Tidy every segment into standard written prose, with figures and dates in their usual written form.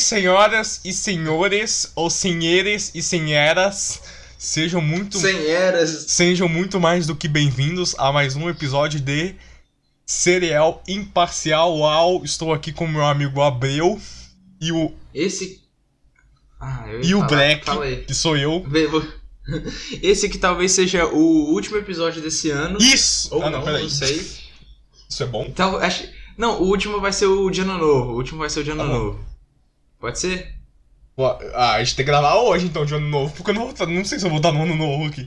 senhoras e senhores, ou senhores e senheras, sejam muito mais do que bem-vindos a mais um episódio de Serial Imparcial. Uau, estou aqui com meu amigo Abreu e o... o Black, que sou eu. Esse que talvez seja o último episódio desse ano. Isso! Ou não sei. Isso é bom? Então, não, o último vai ser o de ano novo. Pode ser? A gente tem que gravar hoje, então, de ano novo, porque eu não sei se eu vou estar no ano novo aqui.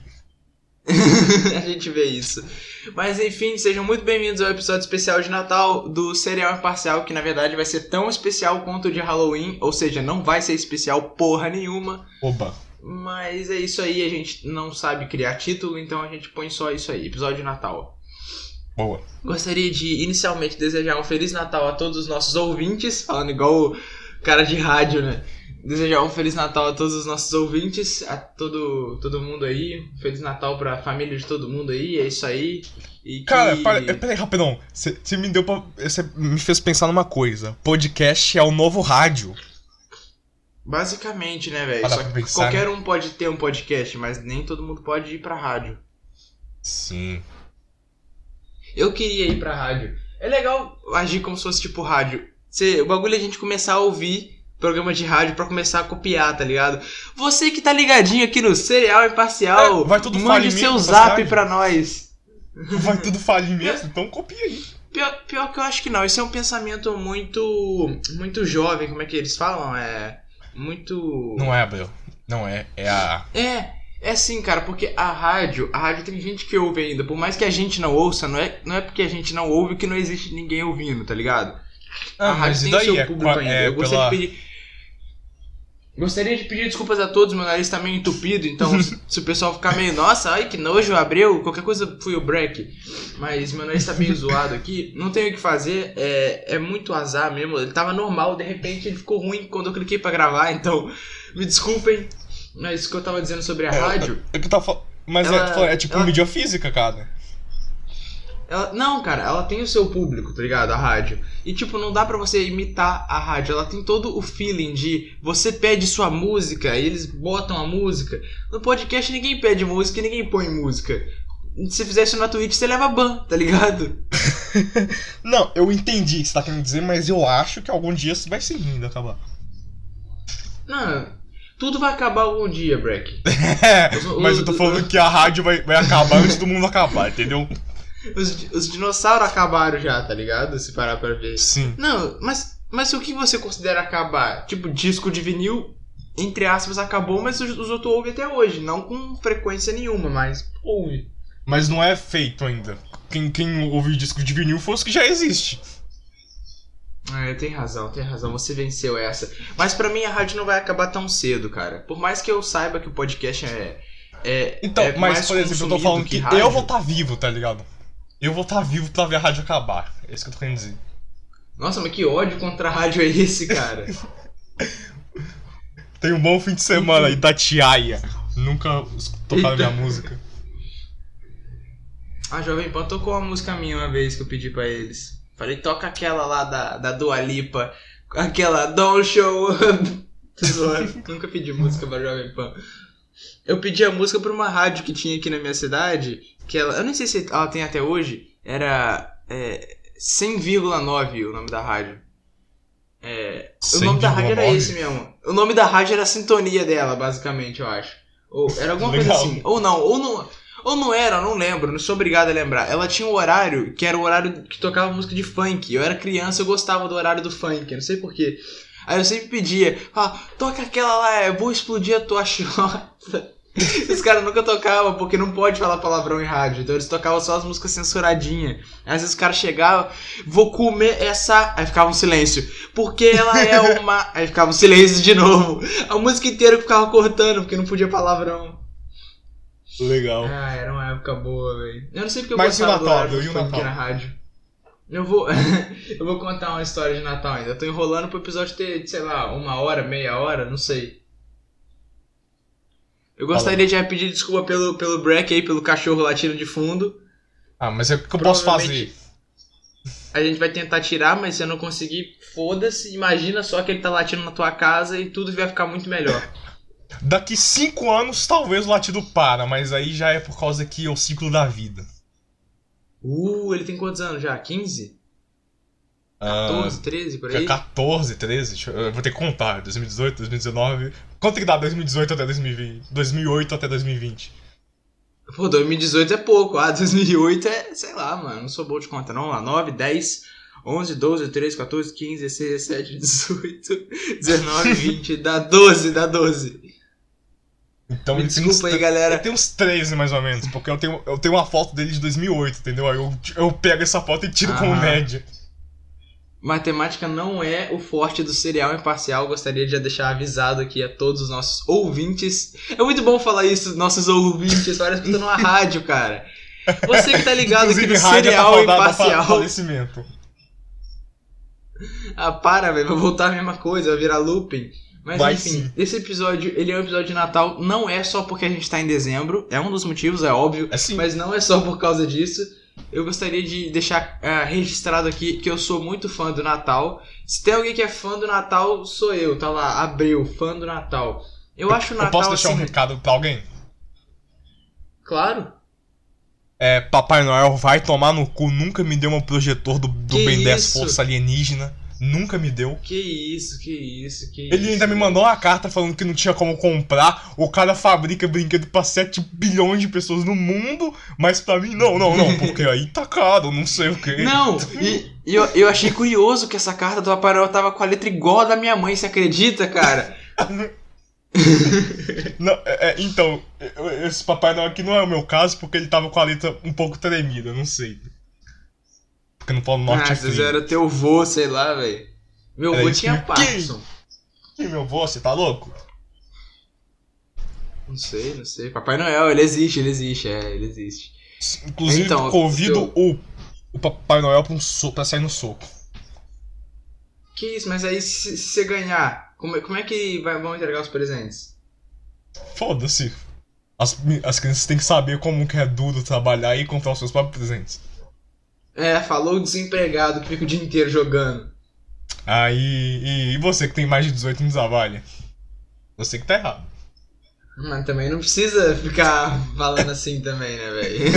A gente vê isso. Mas enfim, sejam muito bem-vindos ao episódio especial de Natal do Serial Imparcial, que na verdade vai ser tão especial quanto o de Halloween, ou seja, não vai ser especial porra nenhuma. Oba. Mas é isso aí, a gente não sabe criar título, então a gente põe só isso aí, episódio de Natal. Boa. Gostaria de inicialmente desejar um Feliz Natal a todos os nossos ouvintes, falando igual o cara de rádio, né? Desejar um Feliz Natal a todos os nossos ouvintes, a todo mundo aí. Feliz Natal pra família de todo mundo aí, é isso aí. E que... Cara, peraí, rapidão. Você me fez pensar numa coisa. Podcast é o novo rádio. Basicamente, né, velho? Só que qualquer um pode ter um podcast, mas nem todo mundo pode ir pra rádio. Sim. Eu queria ir pra rádio. É legal agir como se fosse tipo rádio. O bagulho é a gente começar a ouvir programa de rádio pra começar a copiar, tá ligado? Você que tá ligadinho aqui no Serial Imparcial, vai tudo mande seu zap pra nós. Vai tudo falir mesmo? Então copia aí. Pior que eu acho que não. Isso é um pensamento muito jovem, como é que eles falam? Muito... Não é, Abel. Não é. É sim, cara, porque a rádio tem gente que ouve ainda. Por mais que a gente não ouça, não é porque a gente não ouve que não existe ninguém ouvindo, tá ligado? A rádio tem o seu público ainda. Eu gostaria de pedir desculpas a todos, meu nariz tá meio entupido, então se o pessoal ficar meio, nossa, ai que nojo, Abreu, qualquer coisa fui o break. Mas meu nariz tá meio zoado aqui, não tenho o que fazer, é muito azar mesmo. Ele tava normal, de repente ele ficou ruim quando eu cliquei pra gravar, então me desculpem. Mas isso que eu tava dizendo sobre a rádio... Mas é tipo mídia física, cara. Não, cara, ela tem o seu público, tá ligado? A rádio. E tipo, não dá pra você imitar a rádio. Ela tem todo o feeling de você pede sua música e eles botam a música. No podcast ninguém pede música e ninguém põe música. Se fizer isso na Twitch, você leva ban, tá ligado? Não, eu entendi o que você tá querendo dizer, mas eu acho que algum dia isso vai sim ainda acabar. Não, tudo vai acabar algum dia, Breck. Mas eu tô falando que a rádio vai acabar antes do mundo acabar, entendeu? Os dinossauros acabaram já, tá ligado? Se parar pra ver. Sim. Não, mas o que você considera acabar? Tipo, disco de vinil, entre aspas, acabou, mas os outros ouvem até hoje. Não com frequência nenhuma, mas ouve. Mas não é feito ainda. Quem ouve disco de vinil foi os que já existe. Tem razão. Você venceu essa. Mas pra mim a rádio não vai acabar tão cedo, cara. Por mais que eu saiba que o podcast mas por exemplo, eu tô falando que eu vou estar vivo, tá ligado? Eu vou estar vivo pra ver a rádio acabar. É isso que eu tô querendo dizer. Nossa, mas que ódio contra a rádio é esse, cara? Tem um bom fim de semana aí, Tatiaia. Nunca tocaram minha música. A Jovem Pan tocou uma música minha uma vez que eu pedi pra eles. Falei, toca aquela lá da Dua Lipa. Aquela Don't Show Up. Nunca pedi música pra Jovem Pan. Eu pedi a música pra uma rádio que tinha aqui na minha cidade. Que eu nem sei se ela tem até hoje. Era 100,9 o nome da rádio. O nome da rádio era esse mesmo. O nome da rádio era a sintonia dela, basicamente, eu acho. Ou era alguma coisa assim. Ou não era, eu não lembro, não sou obrigado a lembrar. Ela tinha um horário que era o horário que tocava música de funk. Eu era criança, eu gostava do horário do funk, não sei porquê. Aí eu sempre pedia, toca aquela lá, vou explodir a tua chota. Os caras nunca tocavam, porque não pode falar palavrão em rádio. Então eles tocavam só as músicas censuradinhas. Às vezes os caras chegavam, vou comer essa... Aí ficava um silêncio. Porque ela é uma... Aí ficava um silêncio de novo. A música inteira ficava cortando, porque não podia palavrão. Legal. Era uma época boa, velho. Eu não sei porque eu gostava do horário do funk na rádio. Eu vou contar uma história de Natal ainda. Eu tô enrolando pro episódio ter, sei lá, 1 hora, meia hora, não sei. Eu gostaria de pedir desculpa pelo break aí, pelo cachorro latindo de fundo. Mas o que eu posso fazer? A gente vai tentar tirar, mas se eu não conseguir, foda-se. Imagina só que ele tá latindo na tua casa e tudo vai ficar muito melhor. Daqui 5 anos, talvez o latido para, mas aí já é por causa que é o ciclo da vida. Ele tem quantos anos já? 15? 14, 13, por aí? 14, 13, eu vou ter que contar. 2018, 2019... Quanto que dá 2018 até 2020? 2008 até 2020? Pô, 2018 é pouco. 2008 é, sei lá, mano. Não sou bom de conta, não. 9, 10, 11, 12, 13, 14, 15, 16, 17, 18, 19, 20. Dá 12. Então, desculpa aí, galera. Tem uns 13, mais ou menos. Porque eu tenho uma foto dele de 2008, entendeu? Aí eu pego essa foto e tiro como média. Matemática não é o forte do Serial Imparcial. Gostaria de deixar avisado aqui a todos os nossos ouvintes. É muito bom falar isso, nossos ouvintes. Parece que eu tô numa rádio, cara. Você que tá ligado aqui no Serial Imparcial. Falecimento. Para, velho. Vai voltar a mesma coisa, vai virar looping. Mas vai, enfim, sim. Esse episódio, ele é um episódio de Natal. Não é só porque a gente tá em dezembro. É um dos motivos, é óbvio. Mas não é só por causa disso. Eu gostaria de deixar registrado aqui que eu sou muito fã do Natal. Se tem alguém que é fã do Natal, sou eu. Tá lá, Abreu, fã do Natal. Eu acho o Natal. Eu posso deixar um recado pra alguém? Claro. Papai Noel vai tomar no cu. Nunca me deu um projetor do Ben 10 Força Alienígena. Nunca me deu. Que isso. Ele ainda me mandou uma carta falando que não tinha como comprar. O cara fabrica brinquedo pra 7 bilhões de pessoas no mundo. Mas pra mim, não. Porque aí tá caro, não sei o que. Não, e eu achei curioso que essa carta do Papai Noel tava com a letra igual a da minha mãe. Você acredita, cara? Não, então, esse Papai Noel aqui não é o meu caso. Porque ele tava com a letra um pouco tremida, não sei. Porque no Polo Norte é frio. Era teu vô, sei lá, velho. Meu vô tinha Parkinson. Que meu vô? Você tá louco? Não sei. Papai Noel, ele existe. Ele existe. Inclusive, então, convido o Papai Noel pra sair no soco. Que isso, mas aí se você ganhar, como é que vão entregar os presentes? Foda-se. As crianças têm que saber como que é duro trabalhar e comprar os seus próprios presentes. Falou o desempregado que fica o dia inteiro jogando. E você que tem mais de 18 não trabalha? Você que tá errado. Mas também não precisa ficar falando assim também, né, velho?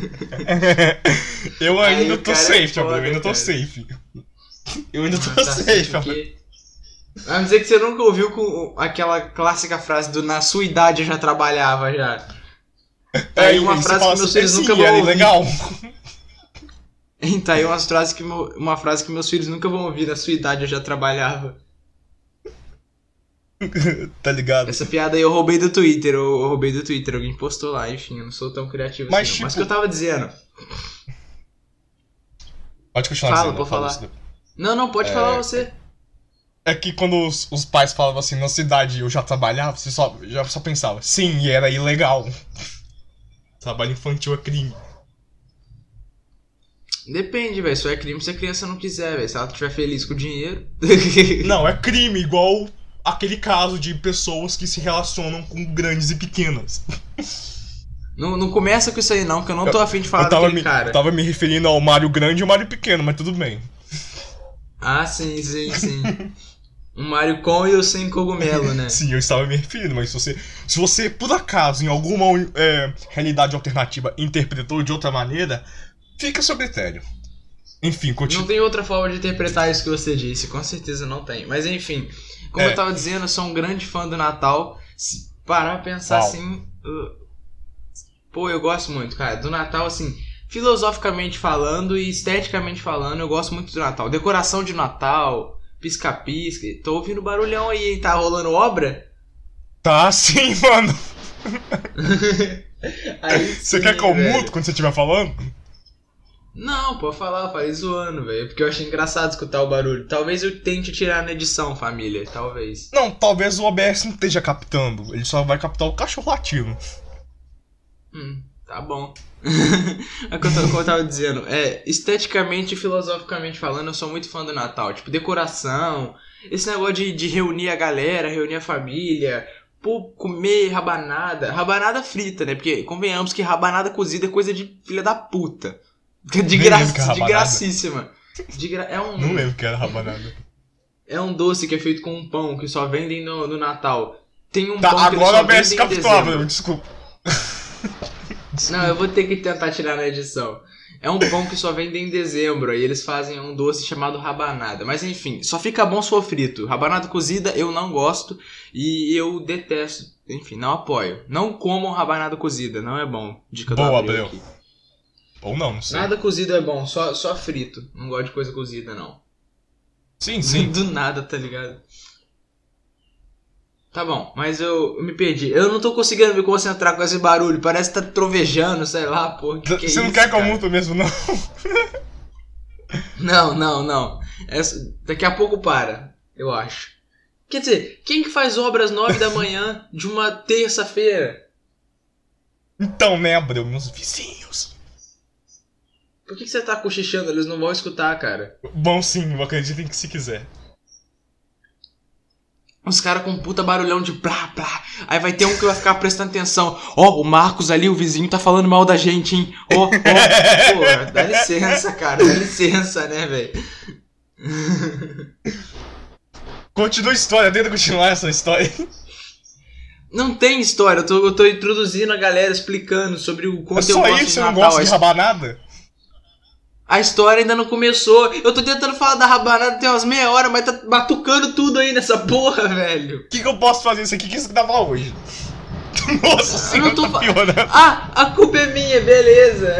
Eu ainda tô safe, eu ainda tô safe. Eu ainda tô safe. Vai dizer que você nunca ouviu com aquela clássica frase do na sua idade eu já trabalhava já. Aí uma frase que meus filhos nunca vão ouvir. Legal. Então, aí uma frase que meus filhos nunca vão ouvir. Na sua idade eu já trabalhava. Tá ligado? Essa piada aí eu roubei do Twitter. Alguém postou lá, enfim, eu não sou tão criativo assim. Tipo... Mas o que eu tava dizendo? Pode continuar. Pode falar. Não, pode falar você. É que quando os pais falavam assim, na cidade eu já trabalhava, você só pensava, sim, e era ilegal. Trabalho infantil é crime. Depende, velho. Só é crime se a criança não quiser, velho. Se ela estiver feliz com o dinheiro. Não, é crime, igual aquele caso de pessoas que se relacionam com grandes e pequenas. Não começa com isso aí não, que eu não tô afim de falar daquele cara. Eu tava me referindo ao Mário grande e ao Mário pequeno, mas tudo bem. Sim. Um Mario com e o sem cogumelo, né? Sim, eu estava me referindo, mas se você por acaso, em alguma realidade alternativa, interpretou de outra maneira, fica a seu critério. Enfim, continua. Não tem outra forma de interpretar isso que você disse, com certeza não tem. Mas enfim, como eu tava dizendo, eu sou um grande fã do Natal. Se parar pra pensar assim... Pô, eu gosto muito, cara, do Natal, assim... Filosoficamente falando e esteticamente falando, eu gosto muito do Natal. Decoração de Natal... Pisca-pisca. Tô ouvindo barulhão aí, hein? Tá rolando obra? Tá sim, mano. Você quer que eu muto quando você estiver falando? Não, pode falar, eu falei zoando, velho. Porque eu achei engraçado escutar o barulho. Talvez eu tente tirar na edição, família. Talvez. Não, talvez o OBS não esteja captando. Ele só vai captar o cachorro latindo. Tá bom. Como eu tava dizendo, esteticamente e filosoficamente falando, eu sou muito fã do Natal. Tipo, decoração, esse negócio de reunir a galera, reunir a família, comer rabanada. Rabanada frita, né? Porque convenhamos que rabanada cozida é coisa de filha da puta. De gracíssima. Não lembro que era rabanada. É um doce que é feito com um pão, que só vendem no Natal. Tem um tá, pão que agora eles só vendem em dezembro. Desculpa. Não, eu vou ter que tentar tirar na edição. É um pão que só vende em dezembro. Aí eles fazem um doce chamado rabanada. Mas enfim, só fica bom se for frito. Rabanada cozida eu não gosto. E eu detesto. Enfim, não apoio. Não comam rabanada cozida, não é bom. Dica do Abreu aqui. Ou não sei. Nada cozido é bom, só frito. Não gosto de coisa cozida, não. Sim, sim. Do nada, tá ligado? Tá bom, mas eu me perdi. Eu não tô conseguindo me concentrar com esse barulho. Parece que tá trovejando, sei lá, porra. Que Você é não isso, quer que eu muto mesmo, não? Não. Daqui a pouco para, eu acho. Quer dizer, quem que faz obras 9 da manhã de uma terça-feira? Então, né, Abreu, meus vizinhos. Por que você tá cochichando? Eles não vão escutar, cara. Bom, sim, eu acredito em que se quiser. Os caras com um puta barulhão de blá blá. Aí vai ter um que vai ficar prestando atenção. Ó, o Marcos ali, o vizinho, tá falando mal da gente, hein? Ó. Pô, dá licença, cara. Dá licença, né, velho? Continua a história, tenta continuar essa história. Não tem história, eu tô introduzindo a galera, explicando sobre o quanto eu gosto de Natal. É só isso, você não gosta de rabanada? A história ainda não começou. Eu tô tentando falar da rabanada tem umas meia hora, mas tá batucando tudo aí nessa porra, velho. O que eu posso fazer isso aqui? O que você tava hoje? Nossa senhora, tá piorando. Ah, a culpa é minha, beleza.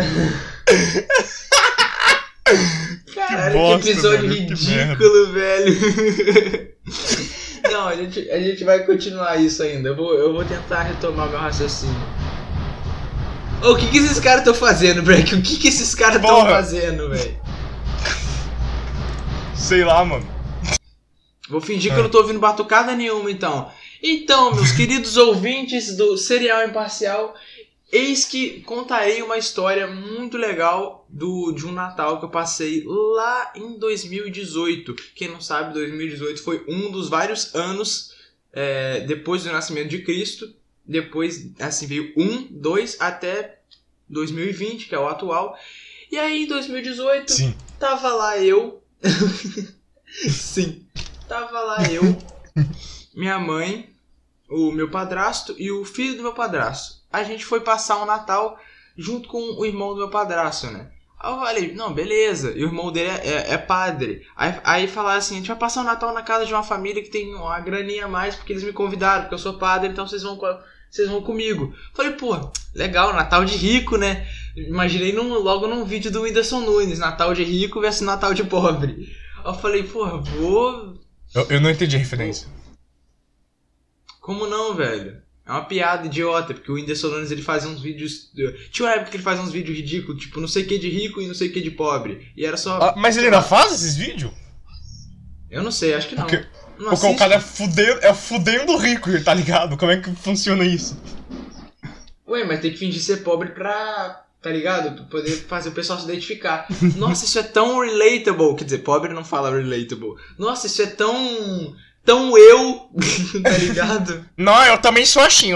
Caralho, que episódio velho, ridículo, velho. Não, a gente vai continuar isso ainda. Eu vou tentar retomar meu raciocínio. O que esses caras estão fazendo, Breck? O que esses caras estão fazendo, velho? Sei lá, mano. Vou fingir que eu não tô ouvindo batucada nenhuma, então. Então, meus queridos ouvintes do Serial Imparcial, eis que contarei uma história muito legal de um Natal que eu passei lá em 2018. Quem não sabe, 2018 foi um dos vários anos depois do nascimento de Cristo. Depois, assim, veio 1, 2, até 2020, que é o atual. E aí, em 2018, Sim. Tava lá eu... Sim. Tava lá eu, minha mãe, o meu padrasto e o filho do meu padrasto. A gente foi passar o Natal junto com o irmão do meu padrasto, né? Aí eu falei, não, beleza. E o irmão dele é padre. Aí falaram assim, a gente vai passar o Natal na casa de uma família que tem uma graninha a mais, porque eles me convidaram, porque eu sou padre, então vocês vão comigo. Falei, pô, legal, Natal de rico, né? Imaginei logo num vídeo do Whindersson Nunes, Natal de rico versus Natal de pobre. Aí eu falei, pô, vou... Eu não entendi a referência. Como não, velho? É uma piada idiota, porque o Whindersson Nunes ele fazia uns vídeos... Tinha uma época que ele fazia uns vídeos ridículos, tipo não sei o que de rico e não sei o que de pobre. E era só... mas ele ainda faz esses vídeos? Eu não sei, acho que não. Porque o cara é fudendo rico, tá ligado? Como é que funciona isso? Ué, mas tem que fingir ser pobre pra... Tá ligado? Pra poder fazer o pessoal se identificar. Nossa, isso é tão relatable. Quer dizer, pobre não fala relatable. Nossa, isso é tão eu, tá ligado? Não, eu também sou assim,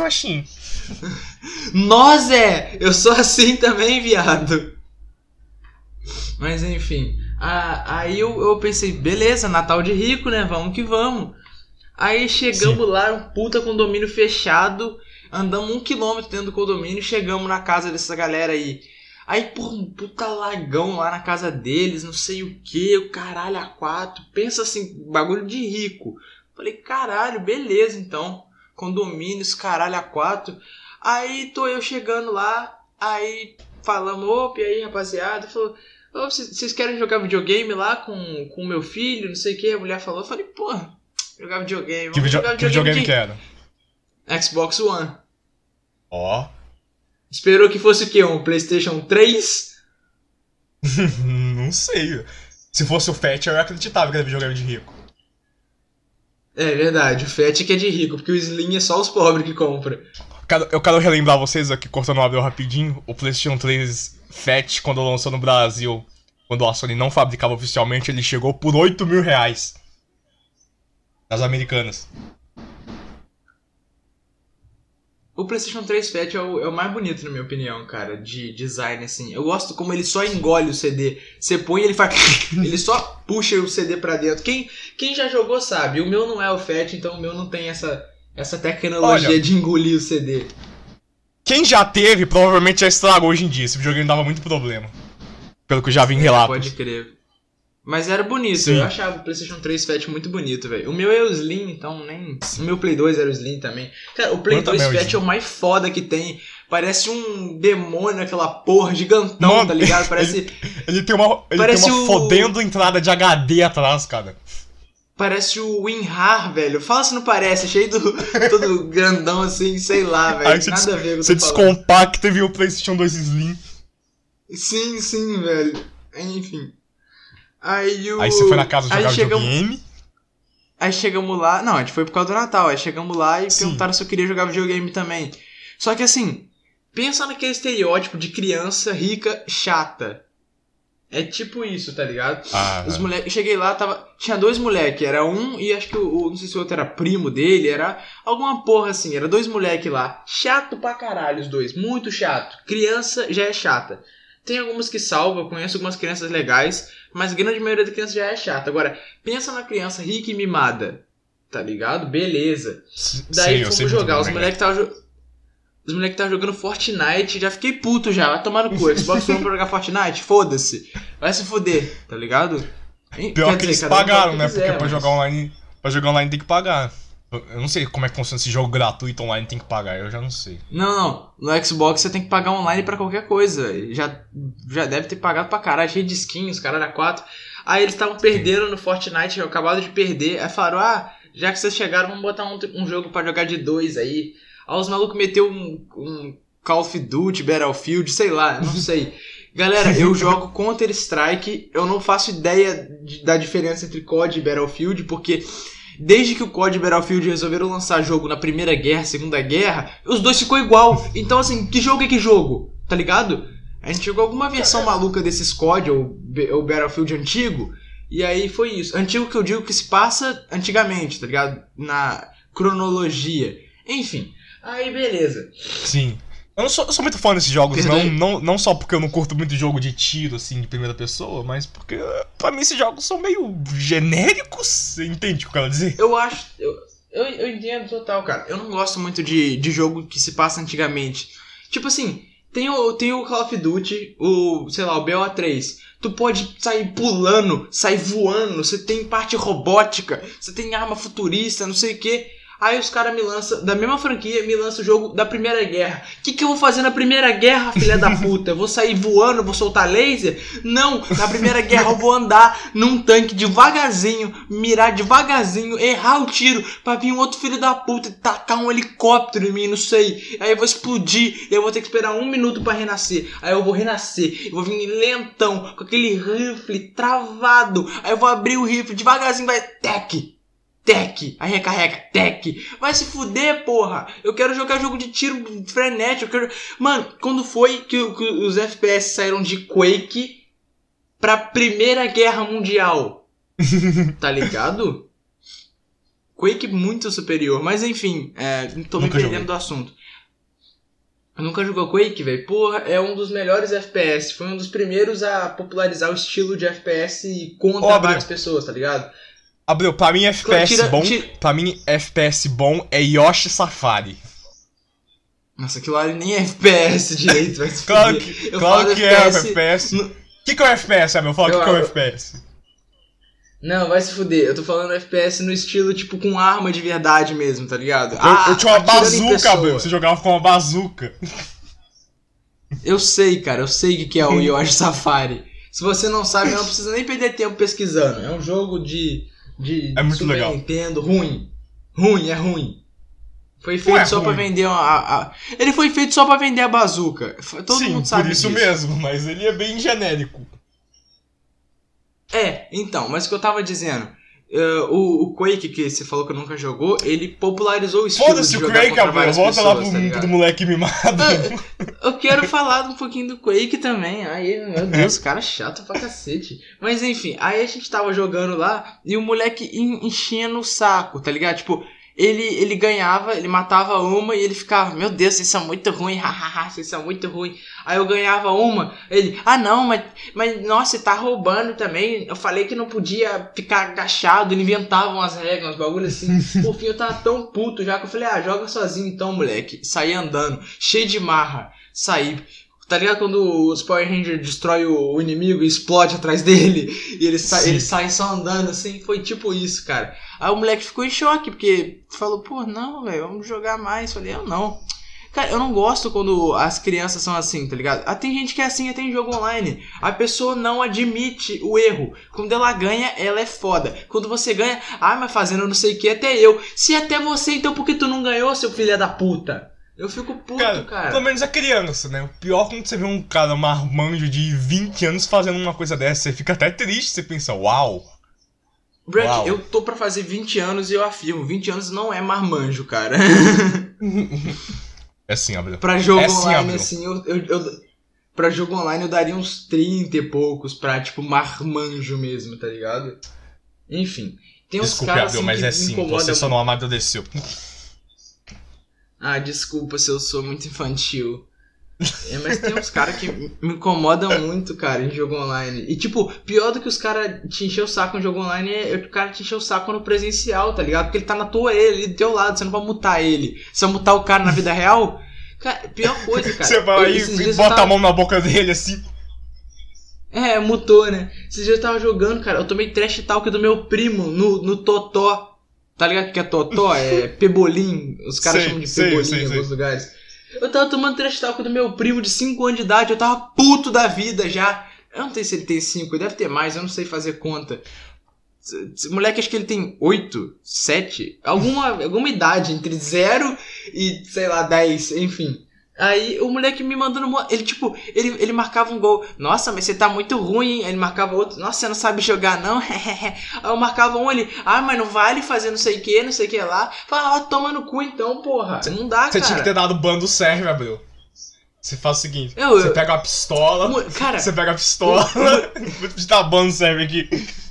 Nós eu sou assim também, viado. Mas enfim, aí eu pensei, beleza, Natal de rico, né? Vamos que vamos. Aí chegamos lá, um puta condomínio fechado. Andamos 1 quilômetro dentro do condomínio e chegamos na casa dessa galera aí. Aí, porra, um puta lagão lá na casa deles, não sei o que, o caralho a 4. Pensa assim, bagulho de rico. Falei, caralho, beleza então. Condomínios, caralho a 4. Aí tô eu chegando lá, aí falamos, opa, e aí rapaziada? Falou, vocês querem jogar videogame lá com o meu filho, não sei o que? A mulher falou, eu falei, porra, jogar videogame. Que videogame que era? Xbox One. Ó. Esperou que fosse o quê? Um PlayStation 3? Não sei. Se fosse o Fat, eu acreditava que era videogame de rico. É verdade, o Fat que é de rico, porque o Slim é só os pobres que compram. Eu quero relembrar vocês aqui, cortando o Abel rapidinho. O PlayStation 3 Fat, quando lançou no Brasil, quando a Sony não fabricava oficialmente, ele chegou por R$8.000 nas Americanas. O PlayStation 3 Fat é o mais bonito, na minha opinião, cara, de design, assim. Eu gosto como ele só engole o CD. Você põe e ele faz... ele só puxa o CD pra dentro. Quem já jogou sabe. O meu não é o Fat, então o meu não tem essa tecnologia de engolir o CD. Quem já teve, provavelmente já estragou hoje em dia. Esse videogame dava muito problema. Pelo que eu já vi em relatos. Pode crer. Mas era bonito, sim. Eu achava o PlayStation 3 Fat muito bonito, velho. O meu é o Slim, então nem... O meu Play 2 era o Slim também. Cara, o Play 2 Fat é o mais foda que tem. Parece um demônio, aquela porra gigantão, mano, tá ligado? Parece... Ele tem uma fodendo entrada de HD atrás, cara. Parece o WinRAR, velho. Fala se não parece, cheio todo grandão assim, sei lá, velho. Nada a ver com o que eu tô Você descompacta e viu o PlayStation 2 Slim. Sim, velho. Enfim. Aí você foi na casa jogar videogame? Aí chegamos lá... Não, a gente foi por causa do Natal. Aí chegamos lá e perguntaram se eu queria jogar videogame também. Só que assim... Pensa naquele estereótipo de criança rica chata. É tipo isso, tá ligado? Os moleques... Cheguei lá, tinha 2 moleques. Era um e acho que não sei se o outro era primo dele. Era alguma porra assim. Era 2 moleques lá. Chato pra caralho os 2. Muito chato. Criança já é chata. Tem algumas que salvam, eu conheço algumas crianças legais, mas a grande maioria das crianças já é chata. Agora, pensa na criança rica e mimada, tá ligado? Beleza. Daí fomos jogar, os moleques estavam jogando Fortnite, já fiquei puto já, vai tomar no cu. Xbox One pra jogar Fortnite? Foda-se. Vai se fuder, tá ligado? Pior que eles pagaram, né? Porque pra jogar online tem que pagar. Eu não sei como é que funciona esse jogo gratuito online, tem que pagar, eu já não sei. Não. No Xbox você tem que pagar online pra qualquer coisa. Já deve ter pagado pra caralho, cheio de skins, caralho, a 4. Aí eles estavam perdendo no Fortnite, acabaram de perder. Aí falaram, já que vocês chegaram, vamos botar um jogo pra jogar de 2 aí. Aí os malucos meteu um Call of Duty, Battlefield, sei lá, não sei. Galera, eu jogo Counter-Strike, eu não faço ideia da diferença entre COD e Battlefield, porque... Desde que o COD e Battlefield resolveram lançar jogo na Primeira Guerra, Segunda Guerra, os dois ficou igual. Então assim, que jogo é que jogo? Tá ligado? A gente jogou alguma versão maluca desses COD ou Battlefield antigo, e aí foi isso. Antigo que eu digo que se passa antigamente, tá ligado? Na cronologia. Enfim, aí beleza. Sim. Eu sou muito fã desses jogos, não só porque eu não curto muito jogo de tiro, assim, de primeira pessoa, mas porque, pra mim, esses jogos são meio genéricos. Você entende o que eu quero dizer? Eu acho... Eu entendo total, cara. Eu não gosto muito de jogo que se passa antigamente. Tipo assim, tem o Call of Duty, o BO3. Tu pode sair pulando, sair voando, você tem parte robótica, você tem arma futurista, não sei o que. Aí os caras me lançam, da mesma franquia, me lançam o jogo da Primeira Guerra. O que eu vou fazer na Primeira Guerra, filha da puta? Eu vou sair voando, vou soltar laser? Não, na Primeira Guerra eu vou andar num tanque devagarzinho, mirar devagarzinho, errar o tiro, pra vir um outro filho da puta e tacar um helicóptero em mim, não sei. Aí eu vou explodir, eu vou ter que esperar 1 minuto pra renascer. Aí eu vou renascer, eu vou vir lentão, com aquele rifle travado. Aí eu vou abrir o rifle devagarzinho, vai... Tec, aí recarrega, tec. Vai se fuder, porra. Eu quero jogar jogo de tiro frenético. Mano, quando foi que os FPS saíram de Quake pra Primeira Guerra Mundial? Tá ligado? Quake muito superior. Mas enfim, tô me perdendo do assunto. Nunca jogou Quake, velho? Porra, é um dos melhores FPS. Foi um dos primeiros a popularizar o estilo de FPS contra várias pessoas, tá ligado? Abreu, pra mim FPS bom é Yoshi Safari. Nossa, aquilo ali nem é FPS direito, vai se claro que é FPS. O que é o FPS, Abel? Fala o que é o FPS. Não, vai se fuder. Eu tô falando FPS no estilo, tipo, com arma de verdade mesmo, tá ligado? Eu tinha uma bazuca, Abel. Você jogava com uma bazuca. Eu sei, cara. Eu sei o que é o Yoshi Safari. Se você não sabe, não precisa nem perder tempo pesquisando. É um jogo de é muito Super legal. Nintendo, ruim. É ruim. Foi feito só pra vender ele foi feito só pra vender a bazuca. Todo mundo sabe disso. Sim, por isso mesmo, mas ele é bem genérico. Então, mas o que eu tava dizendo, o Quake, que você falou que nunca jogou, ele popularizou o estilo de jogar Quake, contra várias volta pessoas, lá pro moleque mimado. Eu quero falar um pouquinho do Quake também. Aí, meu Deus, cara chato pra cacete. Mas enfim, aí a gente tava jogando lá e o moleque enchendo o saco, tá ligado? Tipo, ele ganhava, ele matava uma e ele ficava, meu Deus, isso é muito ruim, hahaha, isso é muito ruim. Aí eu ganhava uma, ele, não, mas nossa, você tá roubando também. Eu falei que não podia ficar agachado, ele inventava umas regras, uns bagulho assim. Por fim, eu tava tão puto já que eu falei, joga sozinho então, moleque. Saí andando, cheio de marra, saí. Tá ligado quando os Power Rangers destrói o inimigo e explode atrás dele? E ele sai só andando assim? Foi tipo isso, cara. Aí o moleque ficou em choque, porque falou, pô, não, velho, vamos jogar mais. Falei, eu não. Cara, eu não gosto quando as crianças são assim, tá ligado? Tem gente que é assim até em jogo online. A pessoa não admite o erro. Quando ela ganha, ela é foda. Quando você ganha, mas fazendo não sei o que, até eu. Se até você, então por que tu não ganhou, seu filho da puta? Eu fico puto, cara. Pelo menos é criança, né? O pior é quando você vê um cara marmanjo de 20 anos fazendo uma coisa dessa. Você fica até triste, você pensa, uau. Breck, eu tô pra fazer 20 anos e eu afirmo, 20 anos não é marmanjo, cara. É sim, Abreu. Pra jogo online, assim, pra jogo online eu daria uns 30 e poucos pra, tipo, marmanjo mesmo, tá ligado? Enfim. Tem uns Desculpe, caras Abreu, assim, mas é sim, você só não amadureceu. Desculpa se eu sou muito infantil. Mas tem uns caras que me incomodam muito, cara, em jogo online. E tipo, pior do que os caras te encher o saco em jogo online é o cara te encher o saco no presencial, tá ligado? Porque ele tá na tua ele do teu lado, você não vai mutar ele. Você vai mutar o cara na vida real? Cara, pior coisa, cara. Você vai aí e bota a mão na boca dele assim. Mutou, né? Esses dias eu tava jogando, cara, eu tomei trash talk do meu primo no Totó. Tá ligado que é Totó? É Pebolim. Os caras chamam de Pebolim em alguns lugares. Eu tava tomando trash talk do meu primo de 5 anos de idade. Eu tava puto da vida já. Eu não sei se ele tem 5, ele deve ter mais. Eu não sei fazer conta. Moleque, acho que ele tem 8, 7. Alguma idade entre 0 e, sei lá, 10. Enfim. Aí o moleque me mandando... Ele marcava um gol. Nossa, mas você tá muito ruim, hein? Aí ele marcava outro. Nossa, você não sabe jogar, não? Aí eu marcava um, ele... mas não vale fazer não sei o que lá. Fala, toma no cu então, porra. Não dá, cara. Você tinha que ter dado ban do serve, Abreu. Você faz o seguinte. Você pega a pistola. Cara... Você pega a pistola. Vou te dar ban do serve aqui.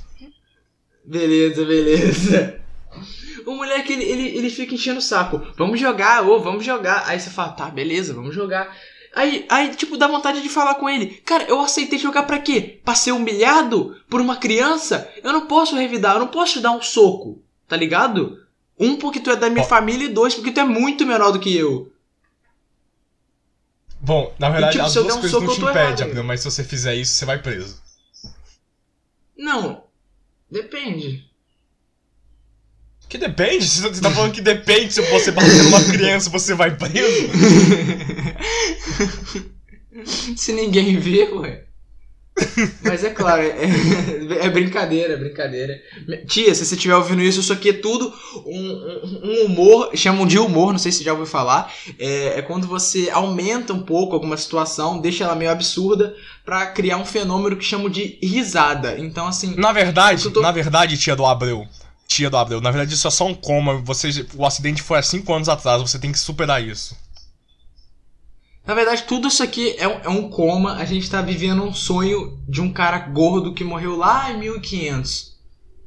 Beleza. O moleque, ele fica enchendo o saco. Vamos jogar. Aí você fala, tá, beleza, vamos jogar. Aí, tipo, dá vontade de falar com ele. Cara, eu aceitei jogar pra quê? Pra ser humilhado por uma criança? Eu não posso revidar, eu não posso te dar um soco. Tá ligado? 1, porque tu é da minha família, e 2, porque tu é muito menor do que eu. Bom, na verdade, as duas coisas não te impedem, Abner, mas se você fizer isso, você vai preso. Não, depende. Que depende? Você tá falando que depende se você bater numa criança, você vai preso? Se ninguém vê, ué. Mas é claro, é brincadeira. Tia, se você estiver ouvindo isso aqui é tudo um humor, chamam de humor, não sei se você já ouviu falar. É quando você aumenta um pouco alguma situação, deixa ela meio absurda, pra criar um fenômeno que chamam de risada. Então, assim... Na verdade, tia do Abreu, na verdade isso é só um coma. O acidente foi há 5 anos atrás, você tem que superar isso. Na verdade, tudo isso aqui é um coma. A gente tá vivendo um sonho de um cara gordo que morreu lá em 1500.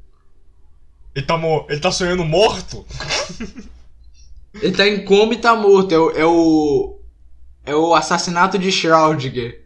Ele tá sonhando morto? Ele tá em coma e tá morto. É o assassinato de Schrödinger.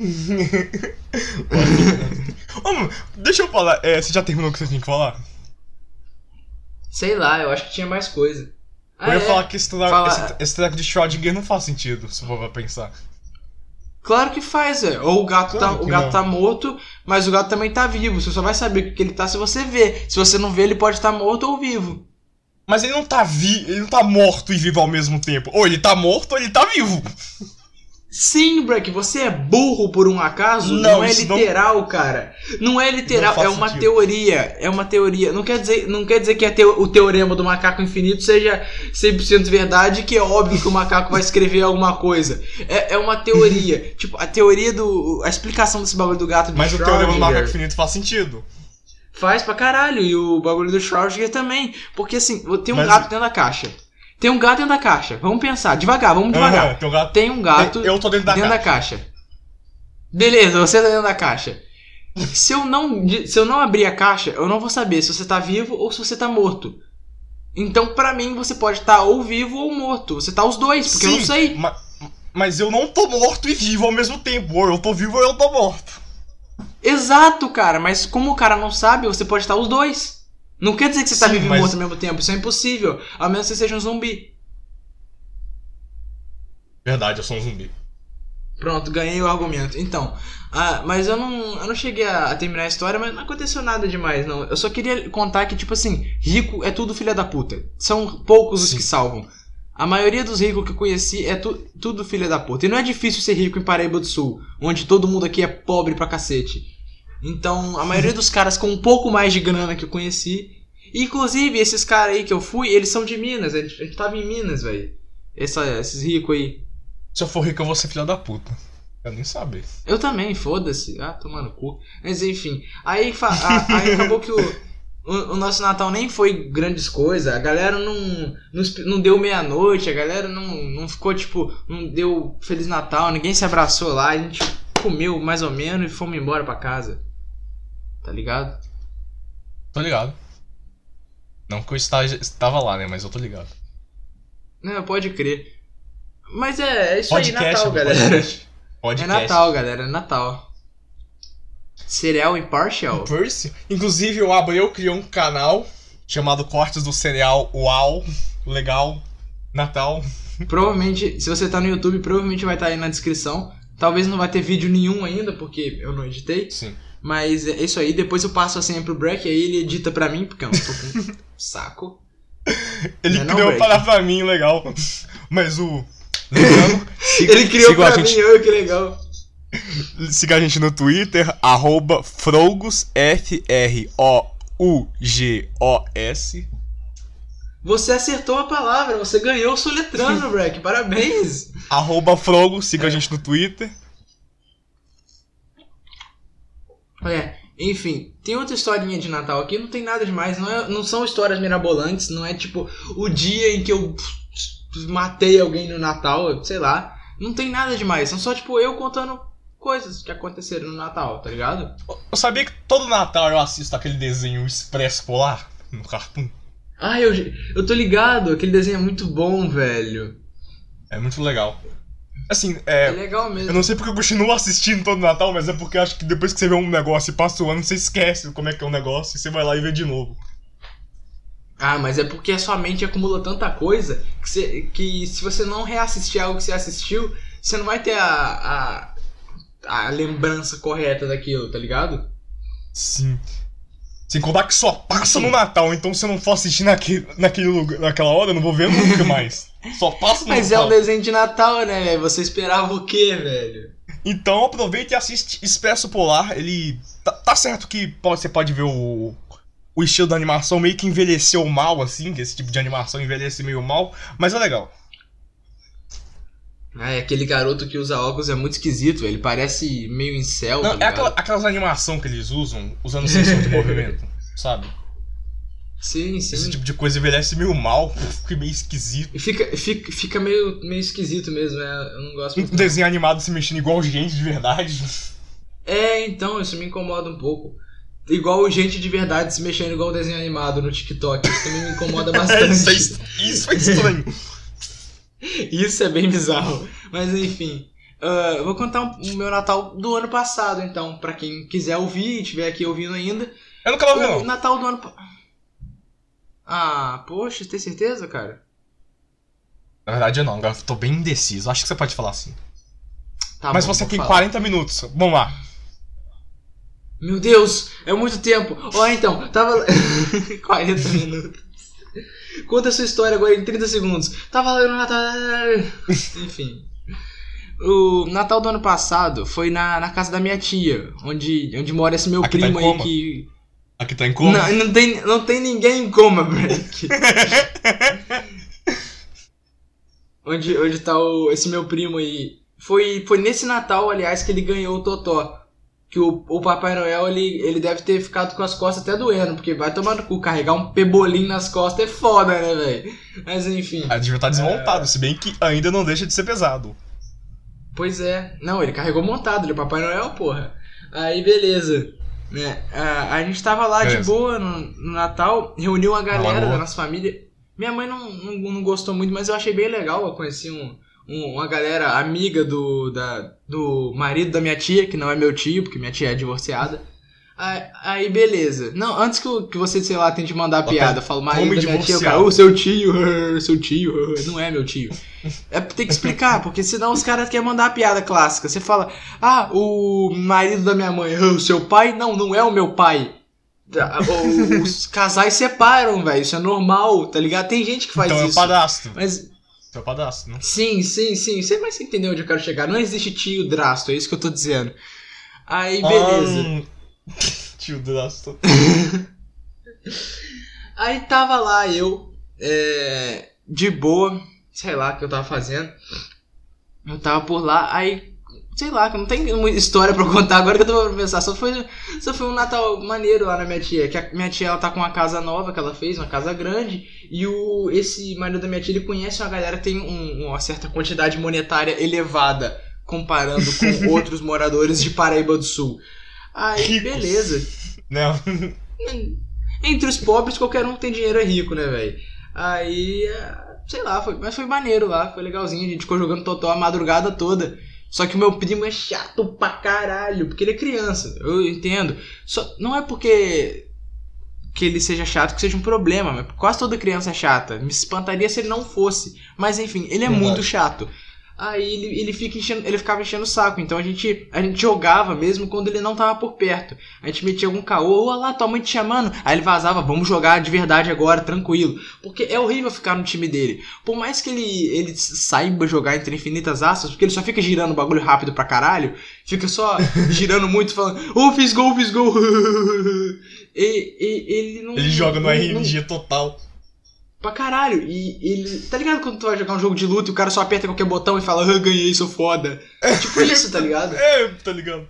Deixa eu falar. Você já terminou o que você tinha que falar? Sei lá, eu acho que tinha mais coisa. Eu ia falar que esse treco de Schrödinger não faz sentido, se for pra pensar. Claro que faz, Ou o gato tá morto, mas o gato também tá vivo. Você só vai saber o que ele tá se você ver. Se você não vê, ele pode estar morto ou vivo. Mas ele não tá morto e vivo ao mesmo tempo. Ou ele tá morto ou ele tá vivo. Sim, Breck, você é burro por um acaso? Não é literal, cara. Não é literal, é uma teoria. É uma teoria. Não quer dizer que o teorema do macaco infinito seja 100% verdade, que é óbvio que o macaco vai escrever alguma coisa. É uma teoria. Tipo, a teoria a explicação desse bagulho do gato de Mas Schrödinger, o teorema do macaco infinito faz sentido. Faz pra caralho. E o bagulho do Schrödinger também. Porque assim, tem um gato dentro da caixa. Tem um gato dentro da caixa. Vamos pensar. Devagar, vamos devagar. Tem um gato eu tô dentro da caixa. Beleza, você tá dentro da caixa. Se eu não abrir a caixa, eu não vou saber se você tá vivo ou se você tá morto. Então, pra mim, você pode estar ou vivo ou morto. Você tá os dois, porque Sim, eu não sei. Mas eu não tô morto e vivo ao mesmo tempo. Ou eu tô vivo ou eu tô morto. Exato, cara. Mas como o cara não sabe, você pode estar os dois. Não quer dizer que você tá vivo e morto ao mesmo tempo. Isso é impossível. A menos que você seja um zumbi. Verdade, eu sou um zumbi. Pronto, ganhei o argumento. Então, mas eu não cheguei a terminar a história, mas não aconteceu nada demais, não. Eu só queria contar que, tipo assim, rico é tudo filha da puta. São poucos os que salvam. A maioria dos ricos que eu conheci é tudo filha da puta. E não é difícil ser rico em Paraíba do Sul, onde todo mundo aqui é pobre pra cacete. Então, a maioria dos caras com um pouco mais de grana que eu conheci... Inclusive, esses caras aí que eu fui, eles são de Minas. A gente tava em Minas, velho. Esses ricos aí. Se eu for rico, eu vou ser filha da puta. Eu nem sabia. Eu também, foda-se. Toma no cu. Mas enfim. Aí acabou que o nosso Natal nem foi grandes coisas. A galera não deu meia-noite. A galera não ficou tipo... Não deu Feliz Natal. Ninguém se abraçou lá. A gente comeu mais ou menos e fomos embora pra casa. Tá ligado? Tô ligado. Não que eu estava lá, né? Mas eu tô ligado. Não, pode crer. Mas é isso podcast, aí, Natal, galera. Podcast. É Natal, galera, é Natal. Cereal Impartial. Inclusive, o Abreu criou um canal chamado Cortes do Cereal. Uau, legal, Natal. Provavelmente, se você tá no YouTube, provavelmente vai estar aí na descrição. Talvez não vai ter vídeo nenhum ainda, porque eu não editei. Sim. Mas é isso aí, depois eu passo a senha pro Breck, aí ele edita pra mim, porque eu não tô com saco. Ele criou pra mim, legal. Mas o... Ele criou pra mim, olha que legal. Siga a gente no Twitter, @Frogos, FROUGOS. Você acertou a palavra, você ganhou soletrando, Breck, parabéns. @Frogos, siga a gente no Twitter. Enfim, tem outra historinha de Natal aqui, não tem nada demais, não são histórias mirabolantes, não é tipo o dia em que eu matei alguém no Natal, sei lá, não tem nada demais, são só tipo eu contando coisas que aconteceram no Natal, tá ligado? Eu sabia que todo Natal eu assisto aquele desenho Expresso Polar no Cartoon. Eu tô ligado, aquele desenho é muito bom, velho. É muito legal. Assim, é legal mesmo. Eu não sei porque eu continuo assistindo todo Natal, mas é porque eu acho que depois que você vê um negócio e passa o ano, você esquece como é que é o negócio e você vai lá e vê de novo. Mas é porque a sua mente acumula tanta coisa que se você não reassistir algo que você assistiu, você não vai ter a lembrança correta daquilo, tá ligado? Sim. Sem contar que só passa no Natal, então se eu não for assistir naquele lugar, naquela hora, eu não vou ver nunca mais. Só passa no Mas Natal. Mas é um desenho de Natal, né, velho? Você esperava o quê, velho? Então aproveita e assiste Expresso Polar. Ele... Tá certo que você pode ver o estilo da animação meio que envelheceu mal, assim, que esse tipo de animação envelhece meio mal, mas é legal. Aquele garoto que usa óculos é muito esquisito, ele parece meio incel, não, tá ligado? Aquelas animações que eles usam, usando sensor de movimento, sabe? Sim. Esse tipo de coisa envelhece meio mal, fica meio esquisito. E fica meio esquisito mesmo, eu não gosto muito. Um desenho animado se mexendo igual gente de verdade. Então, isso me incomoda um pouco. Igual gente de verdade se mexendo igual o desenho animado no TikTok, isso também me incomoda bastante. Isso é estranho. Isso é bem bizarro. Mas enfim. Eu vou contar o meu Natal do ano passado, então. Pra quem quiser ouvir e estiver aqui ouvindo ainda. Eu nunca vou ouvir, não. O Natal do ano passado. Poxa, tem certeza, cara? Na verdade eu não, agora eu tô bem indeciso. Acho que você pode falar assim. Tá mas bom, você tem 40 minutos. Vamos lá. Meu Deus, é muito tempo. Então, tava... 40 minutos. Conta a sua história agora em 30 segundos. Tava lá no Natal... Enfim. O Natal do ano passado foi na casa da minha tia, onde mora esse meu primo aí que... Aqui tá em coma? Não tem ninguém em coma, Breck. onde tá esse meu primo aí. Foi nesse Natal, aliás, que ele ganhou o Totó. Que o Papai Noel, ele deve ter ficado com as costas até doendo, porque vai tomar no cu, carregar um pebolim nas costas é foda, né, velho? Mas enfim. Devia estar desmontado, se bem que ainda não deixa de ser pesado. Pois é. Não, ele carregou montado, ele é Papai Noel, porra. Aí, beleza. A gente tava lá de boa no Natal, reuniu a galera da nossa família. Minha mãe não gostou muito, mas eu achei bem legal. Eu conheci uma galera amiga do marido da minha tia, que não é meu tio, porque minha tia é divorciada. Aí beleza. Não, antes que você, sei lá, tente mandar piada, eu falo marido da minha tia, o cara, seu tio, não é meu tio. Tem que explicar, porque senão os caras querem mandar a piada clássica. Você fala, o marido da minha mãe, o seu pai? Não é o meu pai. Os casais separam, velho, isso é normal, tá ligado? Tem gente que faz isso. Então é o padrasto. Mas... Seu padrasto, né? Sim. Mas você entendeu onde eu quero chegar. Não existe tio drasto, é isso que eu tô dizendo. Aí, beleza. Tio drasto. Aí tava lá eu, de boa, sei lá o que eu tava fazendo. Eu tava por lá, aí, sei lá, que não tem muita história pra contar agora que eu tô pra pensar. Só foi um Natal maneiro lá na minha tia. Que a minha tia, ela tá com uma casa nova que ela fez, uma casa grande. E esse marido da minha tia, ele conhece uma galera que tem uma certa quantidade monetária elevada, comparando com outros moradores de Paraíba do Sul. Aí, beleza. Não. Entre os pobres, qualquer um que tem dinheiro é rico, né, velho? Aí, sei lá, mas foi maneiro lá, foi legalzinho. A gente ficou jogando Totó a madrugada toda. Só que o meu primo é chato pra caralho, porque ele é criança, eu entendo. Não é porque que ele seja chato que seja um problema, mas quase toda criança é chata. Me espantaria se ele não fosse. Mas enfim, ele é muito chato. Aí ele ficava enchendo o saco. Então a gente jogava mesmo quando ele não tava por perto. A gente metia algum caô, olha lá, tua mãe te chamando. Aí ele vazava, vamos jogar de verdade agora, tranquilo. Porque é horrível ficar no time dele. Por mais que ele saiba jogar entre infinitas aspas, porque ele só fica girando o bagulho rápido pra caralho, fica só girando muito, falando, fiz gol. Ele joga no RNG total. Pra caralho, e ele... Tá ligado quando tu vai jogar um jogo de luta e o cara só aperta qualquer botão e fala, ganhei, sou foda. É tipo isso, tá ligado? Tá ligado.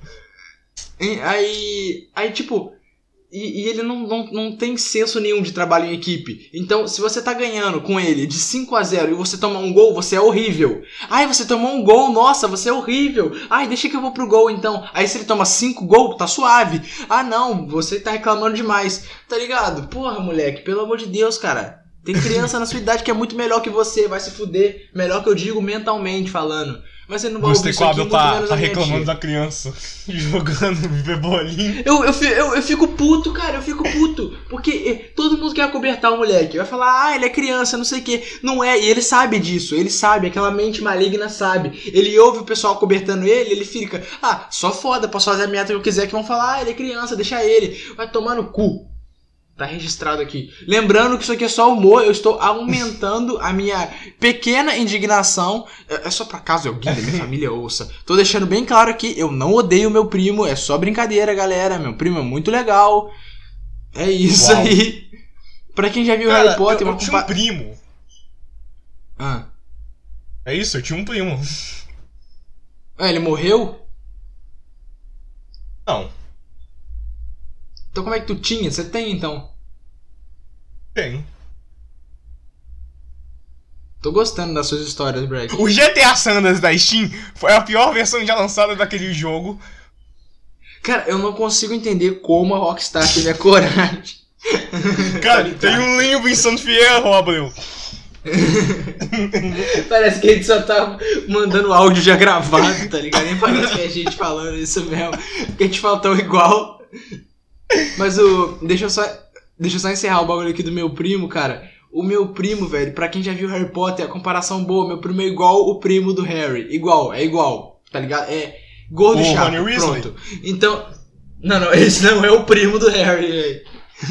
Aí tipo... E ele não tem senso nenhum de trabalho em equipe. Então, se você tá ganhando com ele de 5-0 e você toma um gol, você é horrível. Ai, você tomou um gol, nossa, você é horrível. Ai, deixa que eu vou pro gol, então. Aí se ele toma 5 gols, tá suave. Ah, não, você tá reclamando demais. Tá ligado? Porra, moleque, pelo amor de Deus, cara. Tem criança na sua idade que é muito melhor que você, vai se fuder. Melhor que eu digo mentalmente falando. Mas você não vai ouvir isso aqui, muito menos tá reclamando da criança jogando viver bolinho. Eu fico puto, cara, eu fico puto. Porque todo mundo quer acobertar o moleque. Vai falar, ele é criança, não sei o que. Não é, e ele sabe disso, ele sabe, aquela mente maligna sabe. Ele ouve o pessoal acobertando ele fica, só foda, posso fazer a meta que eu quiser, que vão falar, ele é criança, deixa ele. Vai tomar no cu. Tá registrado aqui. Lembrando que isso aqui é só humor, eu estou aumentando a minha pequena indignação. É só pra caso alguém da minha família ouça. Tô deixando bem claro aqui, eu não odeio meu primo, é só brincadeira, galera. Meu primo é muito legal. É isso aí. Pra quem já viu Harry Potter... Eu tinha um primo. Ah. É isso, eu tinha um primo. Ele morreu? Não. Então como é que tu tinha? Você tem, então? Tem. Tô gostando das suas histórias, Brad. O GTA Sanders da Steam foi a pior versão já lançada daquele jogo. Cara, eu não consigo entender como a Rockstar teve a coragem. Cara, tem um limbo em Santo Fierro, Abreu. Parece que a gente só tá mandando áudio já gravado, tá ligado? Nem parece que é a gente falando isso mesmo. Porque a gente faltou igual. Mas deixa eu só encerrar o bagulho aqui do meu primo, cara. O meu primo, velho, pra quem já viu Harry Potter, a comparação boa, meu primo é igual o primo do Harry. É igual, tá ligado? É gordo e chato, pronto. Então, não, esse não é o primo do Harry, velho.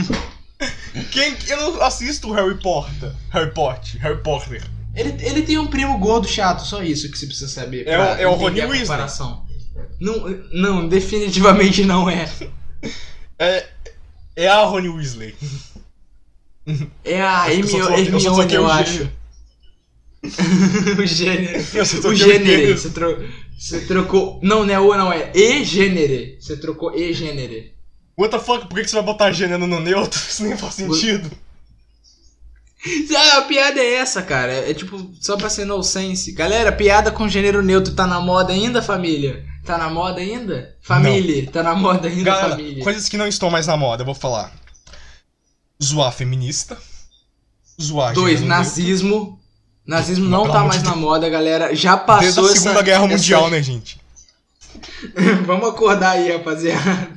Eu não assisto o Harry Potter. Ele tem um primo gordo chato, só isso que você precisa saber. É o Rony Weasley? Não, definitivamente não é. É a Rony Weasley. É a Hermione, eu acho. O gênero. Você trocou... Não é o, não, é e-gênero. Você trocou e-gênero. What the fuck? Por que você vai botar gênero no neutro? Isso nem faz sentido. A piada é essa, cara. É tipo, só pra ser nonsense. Galera, piada com gênero neutro tá na moda ainda, família? Tá na moda ainda? Família, não. Tá na moda ainda, galera, família. Coisas que não estão mais na moda, eu vou falar. Zoar feminista. Zoagem. 2, nazismo. Nazismo não tá mais na moda, galera. Já passou desde a Segunda Guerra Mundial, né, gente? Vamos acordar aí, rapaziada.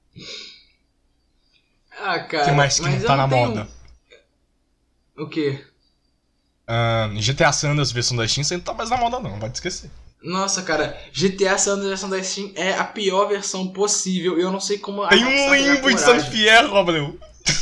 Ah, cara. O que mais que não tá na moda? O quê? GTA San Andreas versão da Steam, você não tá mais na moda não, vai te esquecer. Nossa, cara, GTA San Andreas versão da Steam é a pior versão possível. Eu não sei como... Tem um limbo de San Fierro, Abreu.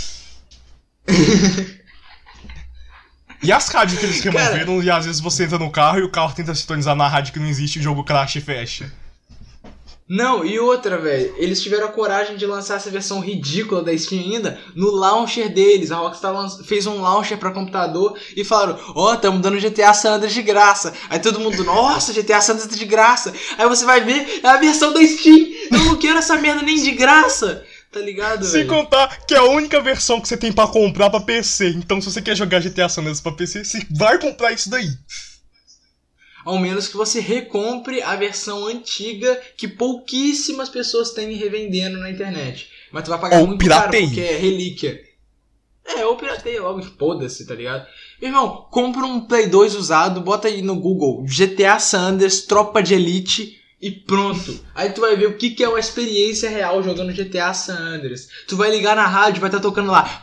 E as rádios que eles removeram, e às vezes você entra no carro e o carro tenta sintonizar na rádio que não existe e o jogo crash e fecha. Não, e outra, velho, eles tiveram a coragem de lançar essa versão ridícula da Steam ainda no launcher deles. A Rockstar fez um launcher pra computador e falaram, tamo dando GTA San Andreas de graça. Aí todo mundo, nossa, GTA San Andreas de graça. Aí você vai ver, é a versão da Steam. Eu não quero essa merda nem de graça. Tá ligado, velho? Sem contar que é a única versão que você tem pra comprar pra PC. Então se você quer jogar GTA San Andreas pra PC, você vai comprar isso daí. Ao menos que você recompre a versão antiga que pouquíssimas pessoas têm revendendo na internet. Mas tu vai pagar muito caro porque é relíquia. Ou pirateia logo, foda-se, tá ligado? Irmão, compra um Play 2 usado, bota aí no Google GTA San Andreas, Tropa de Elite e pronto. Aí tu vai ver o que é uma experiência real jogando GTA San Andreas. Tu vai ligar na rádio, vai estar tocando lá.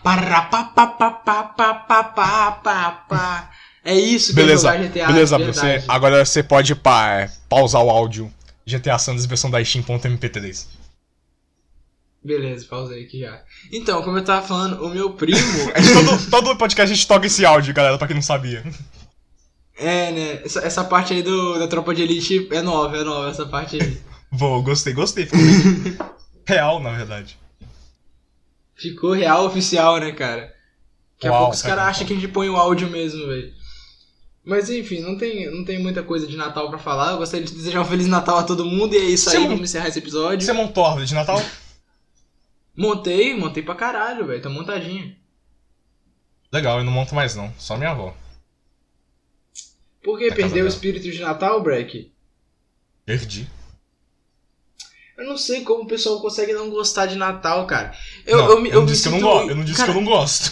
É isso que é jogar GTA. Beleza, agora você pode pausar o áudio GTA San Andreas versão da Steam.mp3. Beleza, pausei aqui já. Então, como eu tava falando, o meu primo... todo podcast a gente toca esse áudio, galera, pra quem não sabia. Né? Essa parte aí da Tropa de Elite é nova essa parte aí. Gostei. Ficou bem real, na verdade. Ficou real oficial, né, cara? Daqui a pouco os caras acham que a gente põe o áudio mesmo, velho. Mas enfim, não tem muita coisa de Natal pra falar. Eu gostaria de desejar um Feliz Natal a todo mundo. E é isso aí, vamos encerrar esse episódio. Você montou a árvore de Natal? Montei pra caralho, velho. Tá montadinha. Legal, eu não monto mais não. Só minha avó. Por que perdeu o espírito de Natal, Breck? Perdi. Eu não sei como o pessoal consegue não gostar de Natal, cara. Eu não disse que eu não gosto.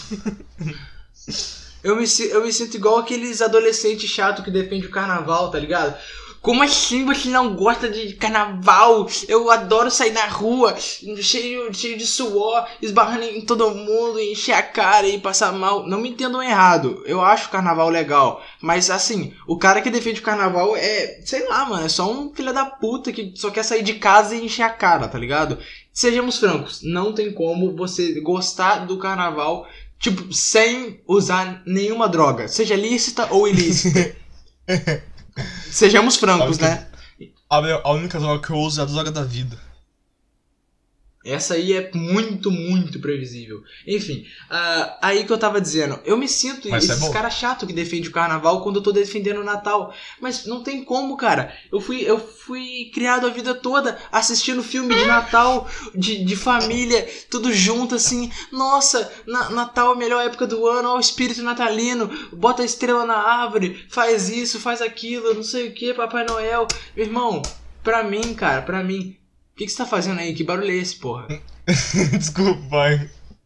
Eu me sinto igual aqueles adolescentes chatos que defendem o carnaval, tá ligado? Como assim você não gosta de carnaval? Eu adoro sair na rua, cheio de suor, esbarrando em todo mundo, encher a cara e passar mal. Não me entendam errado, eu acho o carnaval legal. Mas assim, o cara que defende o carnaval sei lá, mano, é só um filho da puta que só quer sair de casa e encher a cara, tá ligado? Sejamos francos, não tem como você gostar do carnaval, tipo, sem usar nenhuma droga, seja lícita ou ilícita. Sejamos francos, né? A única droga que eu uso é a droga da vida. Essa aí é muito, muito previsível. Enfim, aí que eu tava dizendo, eu me sinto esses caras chatos que defendem o carnaval quando eu tô defendendo o Natal. Mas não tem como, cara. Eu fui criado a vida toda assistindo filme de Natal, de família, tudo junto assim. Nossa, Natal é a melhor época do ano, ó, o espírito natalino, bota a estrela na árvore, faz isso, faz aquilo, não sei o que, Papai Noel. Meu irmão, pra mim, o que você tá fazendo aí? Que barulho é esse, porra? Desculpa, pai.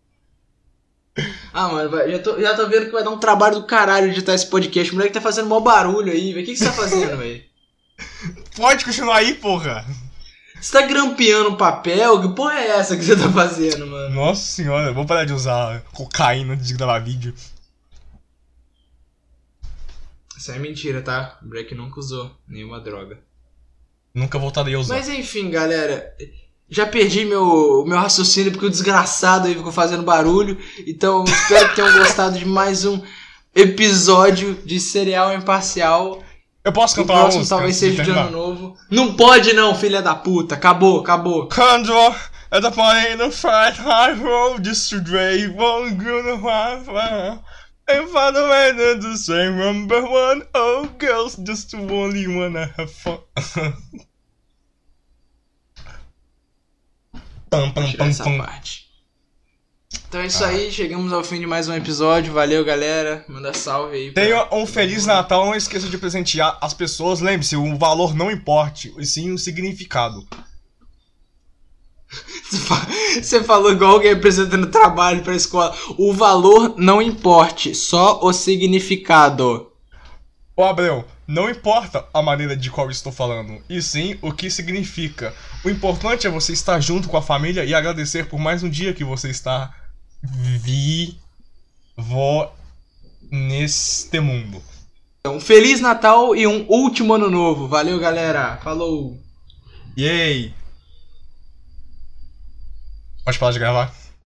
Mano, já tô vendo que vai dar um trabalho do caralho editar esse podcast. O moleque tá fazendo mó barulho aí, velho. O que você tá fazendo, velho? Pode continuar aí, porra. Você tá grampeando papel? Que porra é essa que você tá fazendo, mano? Nossa senhora, vou parar de usar cocaína antes de gravar vídeo. Isso é mentira, tá? O Breck nunca usou nenhuma droga. Nunca voltarei a usar. Mas enfim, galera, já perdi meu raciocínio porque o desgraçado aí ficou fazendo barulho. Então espero que tenham gostado de mais um episódio de Cereal Imparcial. Eu posso cantar uma música? O próximo talvez seja de ano novo. Não pode não, filha da puta. Acabou. Condor at the point in the fight high road just to drave on good wife. And for the way to say number one, oh girls just only wanna have fun. Essa parte. Então é isso aí, chegamos ao fim de mais um episódio. Valeu, galera. Manda salve aí. Tenha um Feliz Natal, não esqueça de presentear as pessoas. Lembre-se, o valor não importa, e sim o significado. Você falou igual alguém apresentando trabalho pra escola. O valor não importe, só o significado. Ô Abreu, não importa a maneira de qual eu estou falando, e sim o que significa. O importante é você estar junto com a família e agradecer por mais um dia que você está vivo neste mundo. Então, Feliz Natal e um último ano novo. Valeu, galera. Falou. Yay! Pode parar de gravar?